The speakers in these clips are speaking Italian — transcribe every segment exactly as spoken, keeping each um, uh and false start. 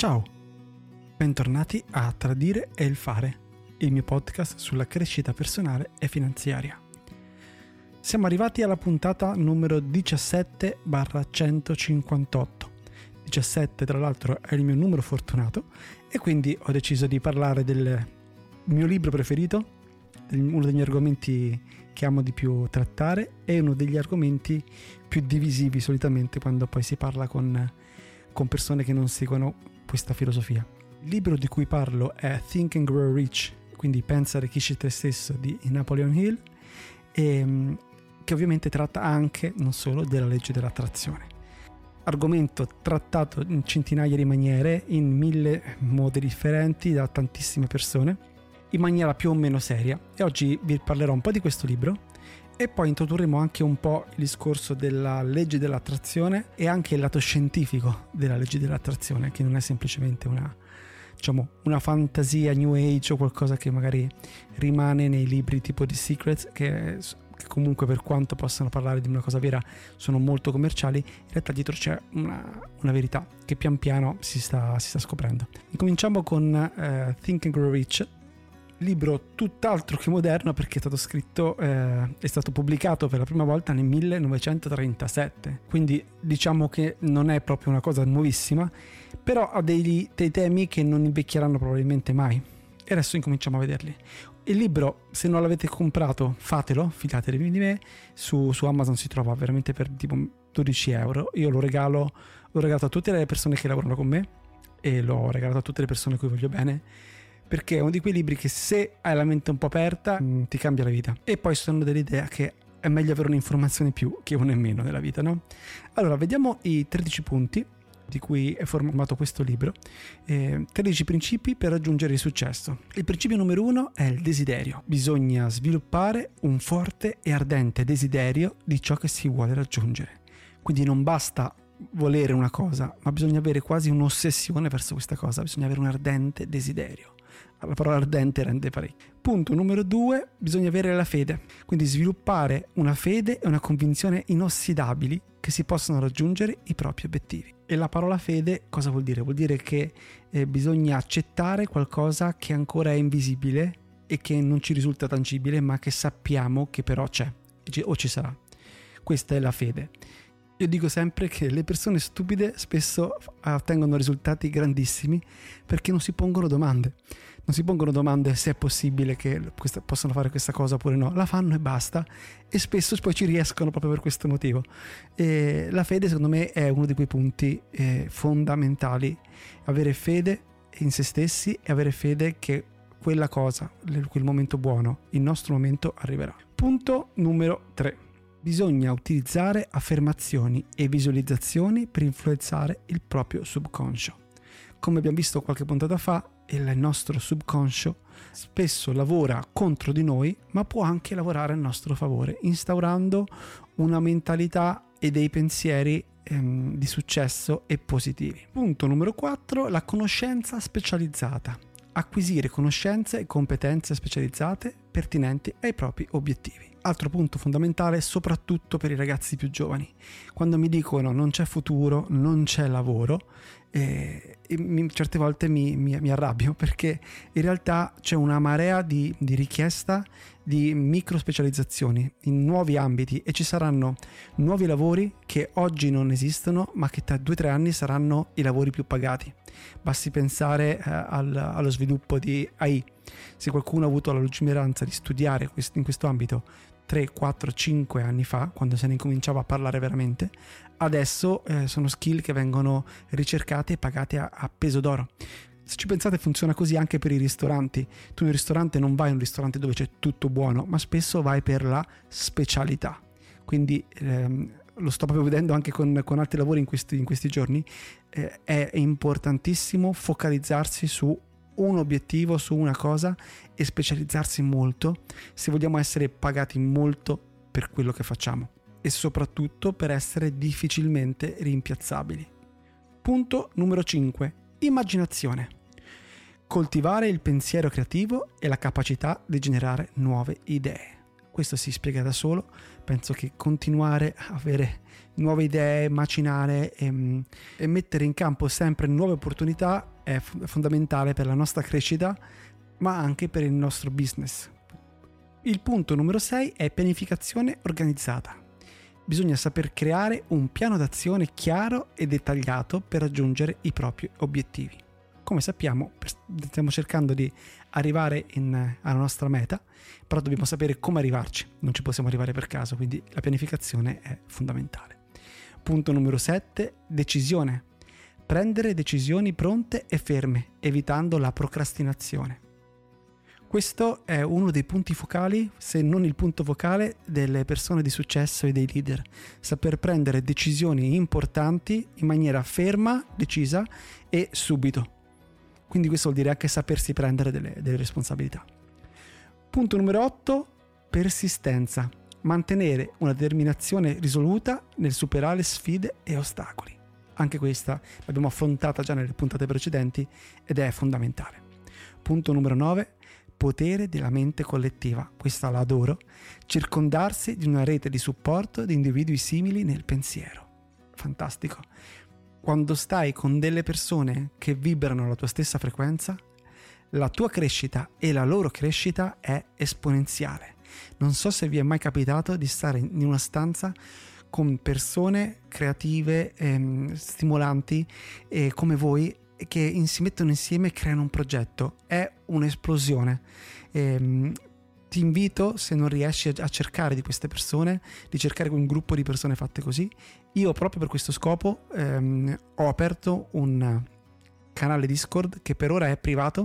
Ciao, bentornati a Tradire e il Fare, il mio podcast sulla crescita personale e finanziaria. Siamo arrivati alla puntata numero diciassette centocinquantotto. diciassette tra l'altro è il mio numero fortunato e quindi ho deciso di parlare del mio libro preferito, uno degli argomenti che amo di più trattare e uno degli argomenti più divisivi solitamente quando poi si parla con, con persone che non seguono questa filosofia. Il libro di cui parlo è Think and Grow Rich, quindi Pensa, arricchisci te stesso di Napoleon Hill, e, che ovviamente tratta anche, non solo, della legge dell'attrazione. Argomento trattato in centinaia di maniere, in mille modi differenti da tantissime persone, in maniera più o meno seria, e oggi vi parlerò un po' di questo libro e poi introdurremo anche un po' il discorso della legge dell'attrazione e anche il lato scientifico della legge dell'attrazione, che non è semplicemente una, diciamo, una fantasia new age o qualcosa che magari rimane nei libri tipo The Secrets, che, che comunque, per quanto possano parlare di una cosa vera, sono molto commerciali. In realtà dietro c'è una, una verità che pian piano si sta, si sta scoprendo. Incominciamo con uh, Think and Grow Rich, libro tutt'altro che moderno perché è stato scritto, eh, è stato pubblicato per la prima volta nel millenovecentotrentasette, quindi diciamo che non è proprio una cosa nuovissima, però ha dei, dei temi che non invecchieranno probabilmente mai, e adesso incominciamo a vederli. Il libro, se non l'avete comprato, fatelo, fidatevi di me, su, su Amazon si trova veramente per tipo dodici euro. Io lo regalo, l'ho regalato a tutte le persone che lavorano con me e l'ho regalato a tutte le persone a cui voglio bene, perché è uno di quei libri che, se hai la mente un po' aperta, mh, ti cambia la vita. E poi sono dell'idea che è meglio avere un'informazione più che una in meno nella vita, no? Allora, vediamo i tredici punti di cui è formato questo libro. Eh, tredici principi per raggiungere il successo. Il principio numero uno è il desiderio. Bisogna sviluppare un forte e ardente desiderio di ciò che si vuole raggiungere. Quindi non basta volere una cosa, ma bisogna avere quasi un'ossessione verso questa cosa, bisogna avere un ardente desiderio. La parola ardente rende parecchio. Punto numero due, bisogna avere la fede, quindi sviluppare una fede e una convinzione inossidabili che si possano raggiungere i propri obiettivi. E la parola fede cosa vuol dire? Vuol dire che eh, bisogna accettare qualcosa che ancora è invisibile e che non ci risulta tangibile, ma che sappiamo che però c'è o ci sarà. Questa è la fede. Io dico sempre che le persone stupide spesso ottengono risultati grandissimi perché non si pongono domande. Non si pongono domande se è possibile che questa, possano fare questa cosa oppure no. La fanno e basta, e spesso poi ci riescono proprio per questo motivo. E la fede, secondo me, è uno di quei punti eh, fondamentali. Avere fede in se stessi e avere fede che quella cosa, quel momento buono, il nostro momento arriverà. Punto numero tre. Bisogna utilizzare affermazioni e visualizzazioni per influenzare il proprio subconscio. Come abbiamo visto qualche puntata fa, il nostro subconscio spesso lavora contro di noi, ma può anche lavorare a nostro favore, instaurando una mentalità e dei pensieri ehm, di successo e positivi. Punto numero quattro, la conoscenza specializzata. Acquisire conoscenze e competenze specializzate pertinenti ai propri obiettivi. Altro punto fondamentale, soprattutto per i ragazzi più giovani. Quando mi dicono non c'è futuro, non c'è lavoro, eh, e mi, certe volte mi, mi, mi arrabbio, perché in realtà c'è una marea di, di richiesta di micro specializzazioni in nuovi ambiti, e ci saranno nuovi lavori che oggi non esistono ma che tra due o tre anni saranno i lavori più pagati. Basti pensare eh, al, allo sviluppo di A I. Se qualcuno ha avuto la lungimiranza di studiare quest- in questo ambito tre, quattro, cinque anni fa, quando se ne incominciava a parlare veramente, adesso eh, sono skill che vengono ricercate e pagate a, a peso d'oro. Se ci pensate, funziona così anche per i ristoranti. Tu in un ristorante non vai in un ristorante dove c'è tutto buono, ma spesso vai per la specialità. Quindi ehm, lo sto proprio vedendo anche con, con altri lavori in questi, in questi giorni. Eh, è importantissimo focalizzarsi su un obiettivo, su una cosa, e specializzarsi molto se vogliamo essere pagati molto per quello che facciamo, e soprattutto per essere difficilmente rimpiazzabili. Punto numero cinque. Immaginazione. Coltivare il pensiero creativo e la capacità di generare nuove idee. Questo si spiega da solo. Penso che continuare a avere nuove idee, macinare e, e mettere in campo sempre nuove opportunità è fondamentale per la nostra crescita, ma anche per il nostro business. Il punto numero sei è pianificazione organizzata. Bisogna saper creare un piano d'azione chiaro e dettagliato per raggiungere i propri obiettivi. Come sappiamo, stiamo cercando di arrivare in, alla nostra meta, però dobbiamo sapere come arrivarci, non ci possiamo arrivare per caso, quindi la pianificazione è fondamentale. Punto numero sette, decisione. Prendere decisioni pronte e ferme, evitando la procrastinazione. Questo è uno dei punti focali, se non il punto focale, delle persone di successo e dei leader. Saper prendere decisioni importanti in maniera ferma, decisa e subito. Quindi questo vuol dire anche sapersi prendere delle, delle responsabilità. Punto numero otto, persistenza. Mantenere una determinazione risoluta nel superare sfide e ostacoli. Anche questa l'abbiamo affrontata già nelle puntate precedenti ed è fondamentale. Punto numero nove, potere della mente collettiva. Questa la adoro. Circondarsi di una rete di supporto di individui simili nel pensiero. Fantastico. Quando stai con delle persone che vibrano la tua stessa frequenza, la tua crescita e la loro crescita è esponenziale. Non so se vi è mai capitato di stare in una stanza con persone creative, ehm, stimolanti eh, come voi, che si mettono insieme e creano un progetto. È un'esplosione. Ehm, ti invito, se non riesci a cercare di queste persone, di cercare un gruppo di persone fatte così. Io proprio per questo scopo ehm, ho aperto un canale Discord che per ora è privato,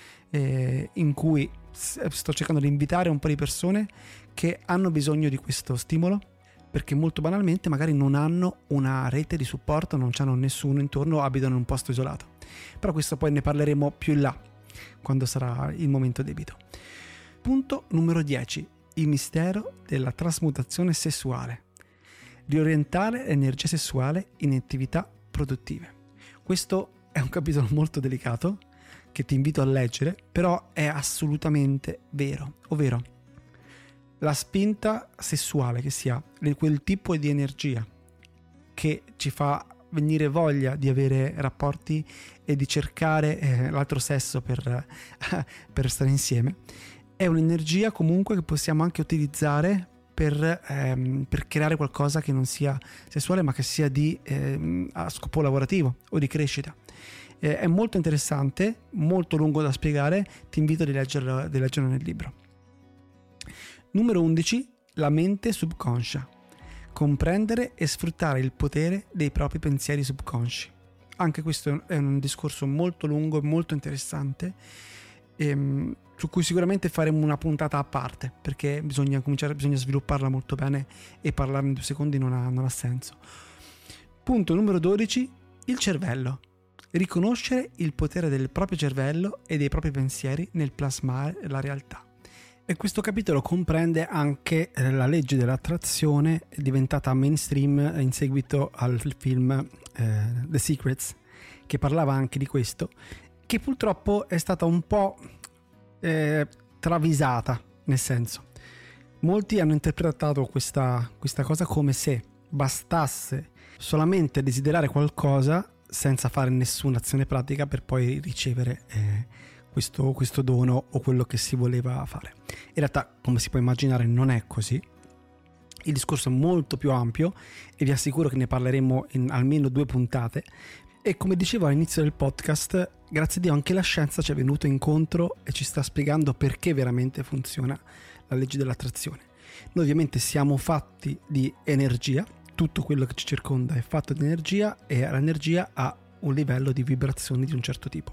eh, in cui sto cercando di invitare un po' di persone che hanno bisogno di questo stimolo, perché molto banalmente magari non hanno una rete di supporto, non hanno nessuno intorno, abitano in un posto isolato. Però questo poi ne parleremo più in là, quando sarà il momento debito. Punto numero dieci. Il mistero della trasmutazione sessuale. Riorientare l'energia sessuale in attività produttive. Questo è un capitolo molto delicato che ti invito a leggere, però è assolutamente vero, ovvero la spinta sessuale che si ha, quel tipo di energia che ci fa venire voglia di avere rapporti e di cercare eh, l'altro sesso per, per stare insieme, è un'energia comunque che possiamo anche utilizzare per, ehm, per creare qualcosa che non sia sessuale ma che sia di ehm, a scopo lavorativo o di crescita. Eh, è molto interessante, molto lungo da spiegare, ti invito a leggerlo, di leggerlo nel libro. Numero undici, la mente subconscia. Comprendere e sfruttare il potere dei propri pensieri subconsci. Anche questo è un discorso molto lungo e molto interessante, ehm, su cui sicuramente faremo una puntata a parte, perché bisogna cominciare, bisogna svilupparla molto bene e parlarne in due secondi non ha, non ha senso. Punto numero dodici, il cervello. Riconoscere il potere del proprio cervello e dei propri pensieri nel plasmare la realtà. E questo capitolo comprende anche la legge dell'attrazione diventata mainstream in seguito al film eh, The Secrets, che parlava anche di questo, che purtroppo è stata un po' eh, travisata, nel senso, molti hanno interpretato questa, questa cosa come se bastasse solamente desiderare qualcosa senza fare nessuna azione pratica per poi ricevere eh, questo, questo dono o quello che si voleva fare. In realtà, come si può immaginare, non è così. Il discorso è molto più ampio e vi assicuro che ne parleremo in almeno due puntate. E come dicevo all'inizio del podcast, grazie a Dio anche la scienza ci è venuta incontro e ci sta spiegando perché veramente funziona la legge dell'attrazione. Noi ovviamente siamo fatti di energia, tutto quello che ci circonda è fatto di energia e l'energia ha un livello di vibrazioni di un certo tipo.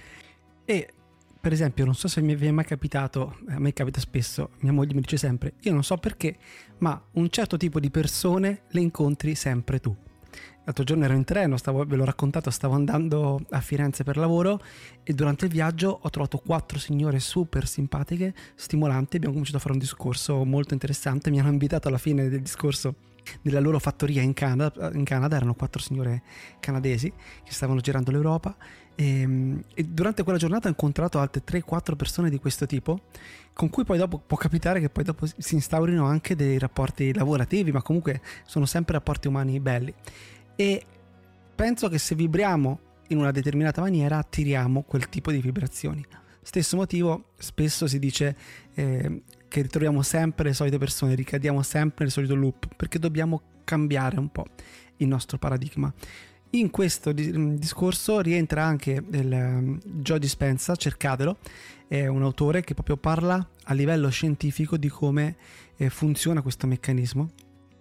E per esempio, non so se mi è mai capitato, a me capita spesso, mia moglie mi dice sempre, io non so perché, ma un certo tipo di persone le incontri sempre tu. L'altro giorno ero in treno, stavo, ve l'ho raccontato, stavo andando a Firenze per lavoro e durante il viaggio ho trovato quattro signore super simpatiche, stimolanti, abbiamo cominciato a fare un discorso molto interessante, mi hanno invitato alla fine del discorso nella loro fattoria in Canada, in Canada erano quattro signore canadesi che stavano girando l'Europa e, e durante quella giornata ho incontrato altre tre quattro persone di questo tipo con cui poi dopo può capitare che poi dopo si instaurino anche dei rapporti lavorativi, ma comunque sono sempre rapporti umani belli. E penso che se vibriamo in una determinata maniera attiriamo quel tipo di vibrazioni. Stesso motivo, spesso si dice eh, che ritroviamo sempre le solite persone, ricadiamo sempre nel solito loop, perché dobbiamo cambiare un po' il nostro paradigma. In questo discorso rientra anche il um, Joe Dispenza, cercatelo, è un autore che proprio parla a livello scientifico di come eh, funziona questo meccanismo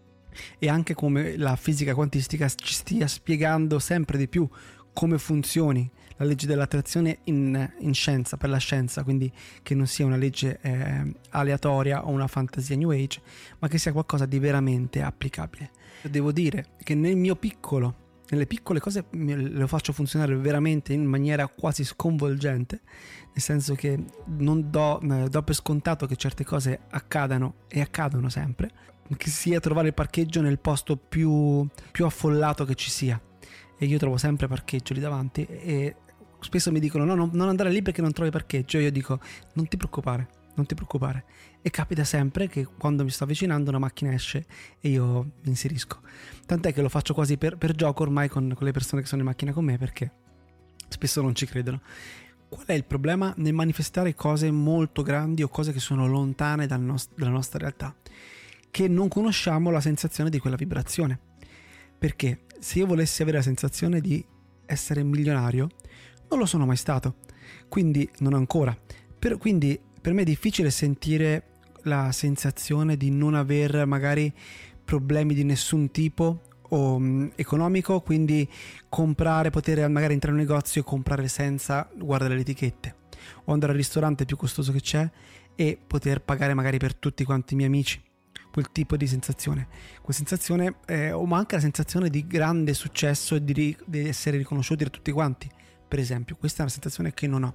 e anche come la fisica quantistica ci stia spiegando sempre di più come funzioni la legge dell'attrazione in, in scienza, per la scienza, quindi che non sia una legge eh, aleatoria o una fantasia New Age, ma che sia qualcosa di veramente applicabile. Devo dire che nel mio piccolo, nelle piccole cose lo faccio funzionare veramente in maniera quasi sconvolgente, nel senso che non do, do per scontato che certe cose accadano e accadono sempre, che sia trovare il parcheggio nel posto più, più affollato che ci sia, e io trovo sempre parcheggio lì davanti, e spesso mi dicono no, non, non andare lì perché non trovi parcheggio, e io dico non ti preoccupare, non ti preoccupare, e capita sempre che quando mi sto avvicinando una macchina esce e io mi inserisco, tant'è che lo faccio quasi per, per gioco ormai con, con le persone che sono in macchina con me, perché spesso non ci credono. Qual è il problema nel manifestare cose molto grandi o cose che sono lontane dal nost- dalla nostra realtà? Che non conosciamo la sensazione di quella vibrazione. Perché se io volessi avere la sensazione di essere milionario, non lo sono mai stato, quindi non ancora. Per, quindi per me è difficile sentire la sensazione di non aver magari problemi di nessun tipo o um, economico, quindi comprare, poter magari entrare in un negozio e comprare senza guardare le etichette, o andare al ristorante più costoso che c'è e poter pagare magari per tutti quanti i miei amici. Quel tipo di sensazione, quella sensazione eh, o ma anche la sensazione di grande successo e di, di essere riconosciuti da tutti quanti, per esempio. Questa è una sensazione che non ho.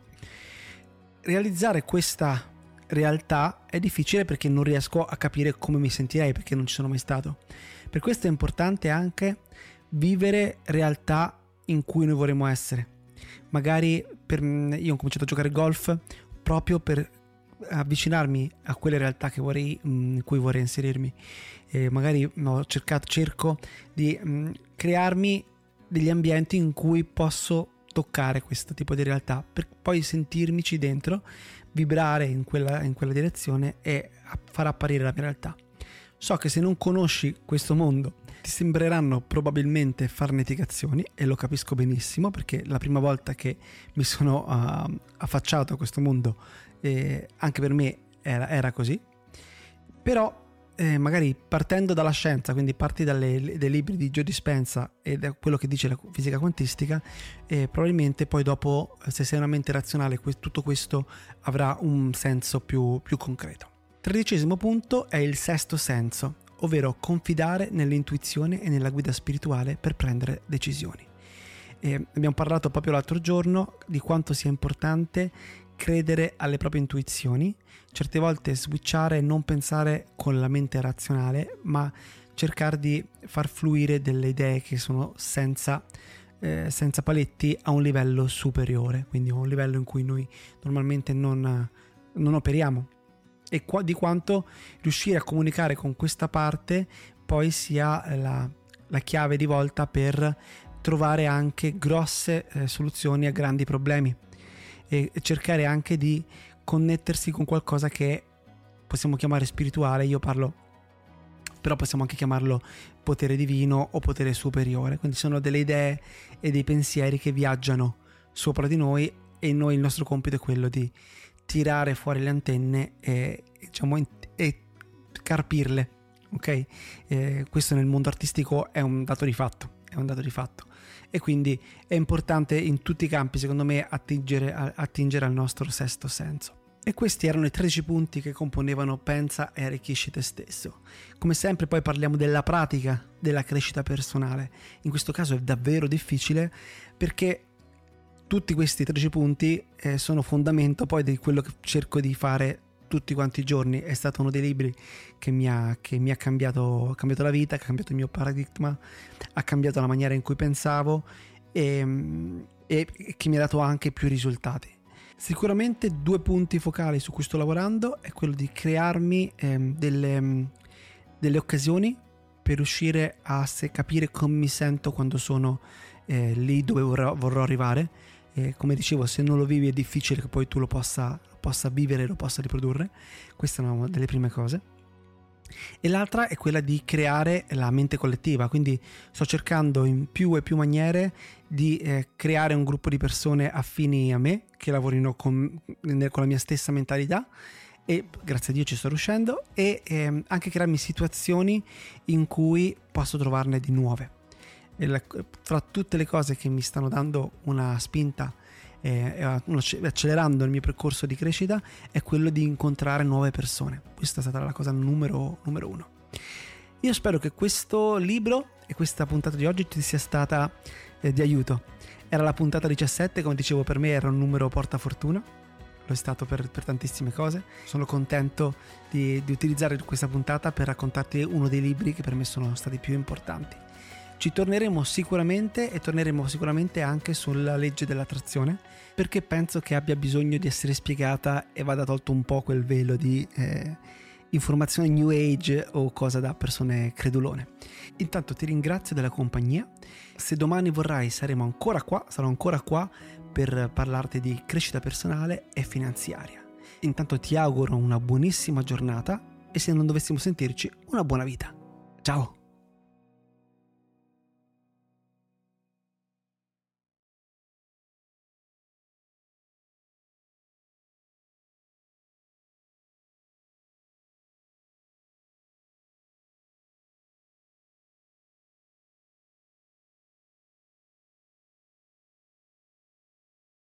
Realizzare questa realtà è difficile perché non riesco a capire come mi sentirei, perché non ci sono mai stato. Per questo è importante anche vivere realtà in cui noi vorremmo essere. Magari per, io ho cominciato a giocare golf proprio per avvicinarmi a quelle realtà che vorrei, in cui vorrei inserirmi, e magari ho cercato, cerco di mh, crearmi degli ambienti in cui posso toccare questo tipo di realtà, per poi sentirmici dentro, vibrare in quella, in quella direzione e far apparire la mia realtà. So che se non conosci questo mondo ti sembreranno probabilmente farneticazioni, e lo capisco benissimo, perché la prima volta che mi sono uh, affacciato a questo mondo eh, anche per me era, era così. Però eh, magari partendo dalla scienza, quindi parti dalle, dai libri di Joe Dispenza e da quello che dice la fisica quantistica, eh, probabilmente poi dopo, se sei una mente razionale, que- tutto questo avrà un senso più, più concreto. Tredicesimo punto è il sesto senso, ovvero confidare nell'intuizione e nella guida spirituale per prendere decisioni. E abbiamo parlato proprio l'altro giorno di quanto sia importante credere alle proprie intuizioni, certe volte switchare e non pensare con la mente razionale, ma cercare di far fluire delle idee che sono senza, eh, senza paletti, a un livello superiore, quindi a un livello in cui noi normalmente non, non operiamo, e qua, di quanto riuscire a comunicare con questa parte poi sia la, la chiave di volta per trovare anche grosse eh, soluzioni a grandi problemi, e cercare anche di connettersi con qualcosa che possiamo chiamare spirituale. Io parlo, però possiamo anche chiamarlo potere divino o potere superiore, quindi sono delle idee e dei pensieri che viaggiano sopra di noi, e noi il nostro compito è quello di tirare fuori le antenne e, diciamo, e carpirle, ok? Eh, questo nel mondo artistico è un dato di fatto, è un dato di fatto. E quindi è importante in tutti i campi, secondo me, attingere, attingere al nostro sesto senso. E questi erano i tredici punti che componevano Pensa e arricchisci te stesso. Come sempre poi parliamo della pratica della crescita personale. In questo caso è davvero difficile, perché tutti questi tredici punti eh, sono fondamento poi di quello che cerco di fare tutti quanti i giorni. È stato uno dei libri che mi ha, che mi ha cambiato, cambiato la vita, ha cambiato il mio paradigma, ha cambiato la maniera in cui pensavo, e, e che mi ha dato anche più risultati. Sicuramente due punti focali su cui sto lavorando è quello di crearmi ehm, delle, delle occasioni per riuscire a se capire come mi sento quando sono eh, lì dove vorrò, vorrò arrivare. E come dicevo, se non lo vivi è difficile che poi tu lo possa, possa vivere, lo possa riprodurre. Questa è una delle prime cose. E l'altra è quella di creare la mente collettiva, quindi sto cercando in più e più maniere di eh, creare un gruppo di persone affini a me, che lavorino con, con la mia stessa mentalità, e grazie a Dio ci sto riuscendo, e eh, anche crearmi situazioni in cui posso trovarne di nuove. E la, fra tutte le cose che mi stanno dando una spinta e accelerando il mio percorso di crescita è quello di incontrare nuove persone. Questa è stata la cosa numero, numero uno. Io spero che questo libro e questa puntata di oggi ti sia stata eh, di aiuto. Era la puntata diciassette, come dicevo, per me era un numero portafortuna, lo è stato per, per tantissime cose. Sono contento di, di utilizzare questa puntata per raccontarti uno dei libri che per me sono stati più importanti. Ci torneremo sicuramente e torneremo sicuramente anche sulla legge dell'attrazione, perché penso che abbia bisogno di essere spiegata e vada tolto un po' quel velo di eh, informazione new age o cosa da persone credulone. Intanto ti ringrazio della compagnia. Se domani vorrai saremo ancora qua, sarò ancora qua per parlarti di crescita personale e finanziaria. Intanto ti auguro una buonissima giornata e se non dovessimo sentirci, una buona vita. Ciao!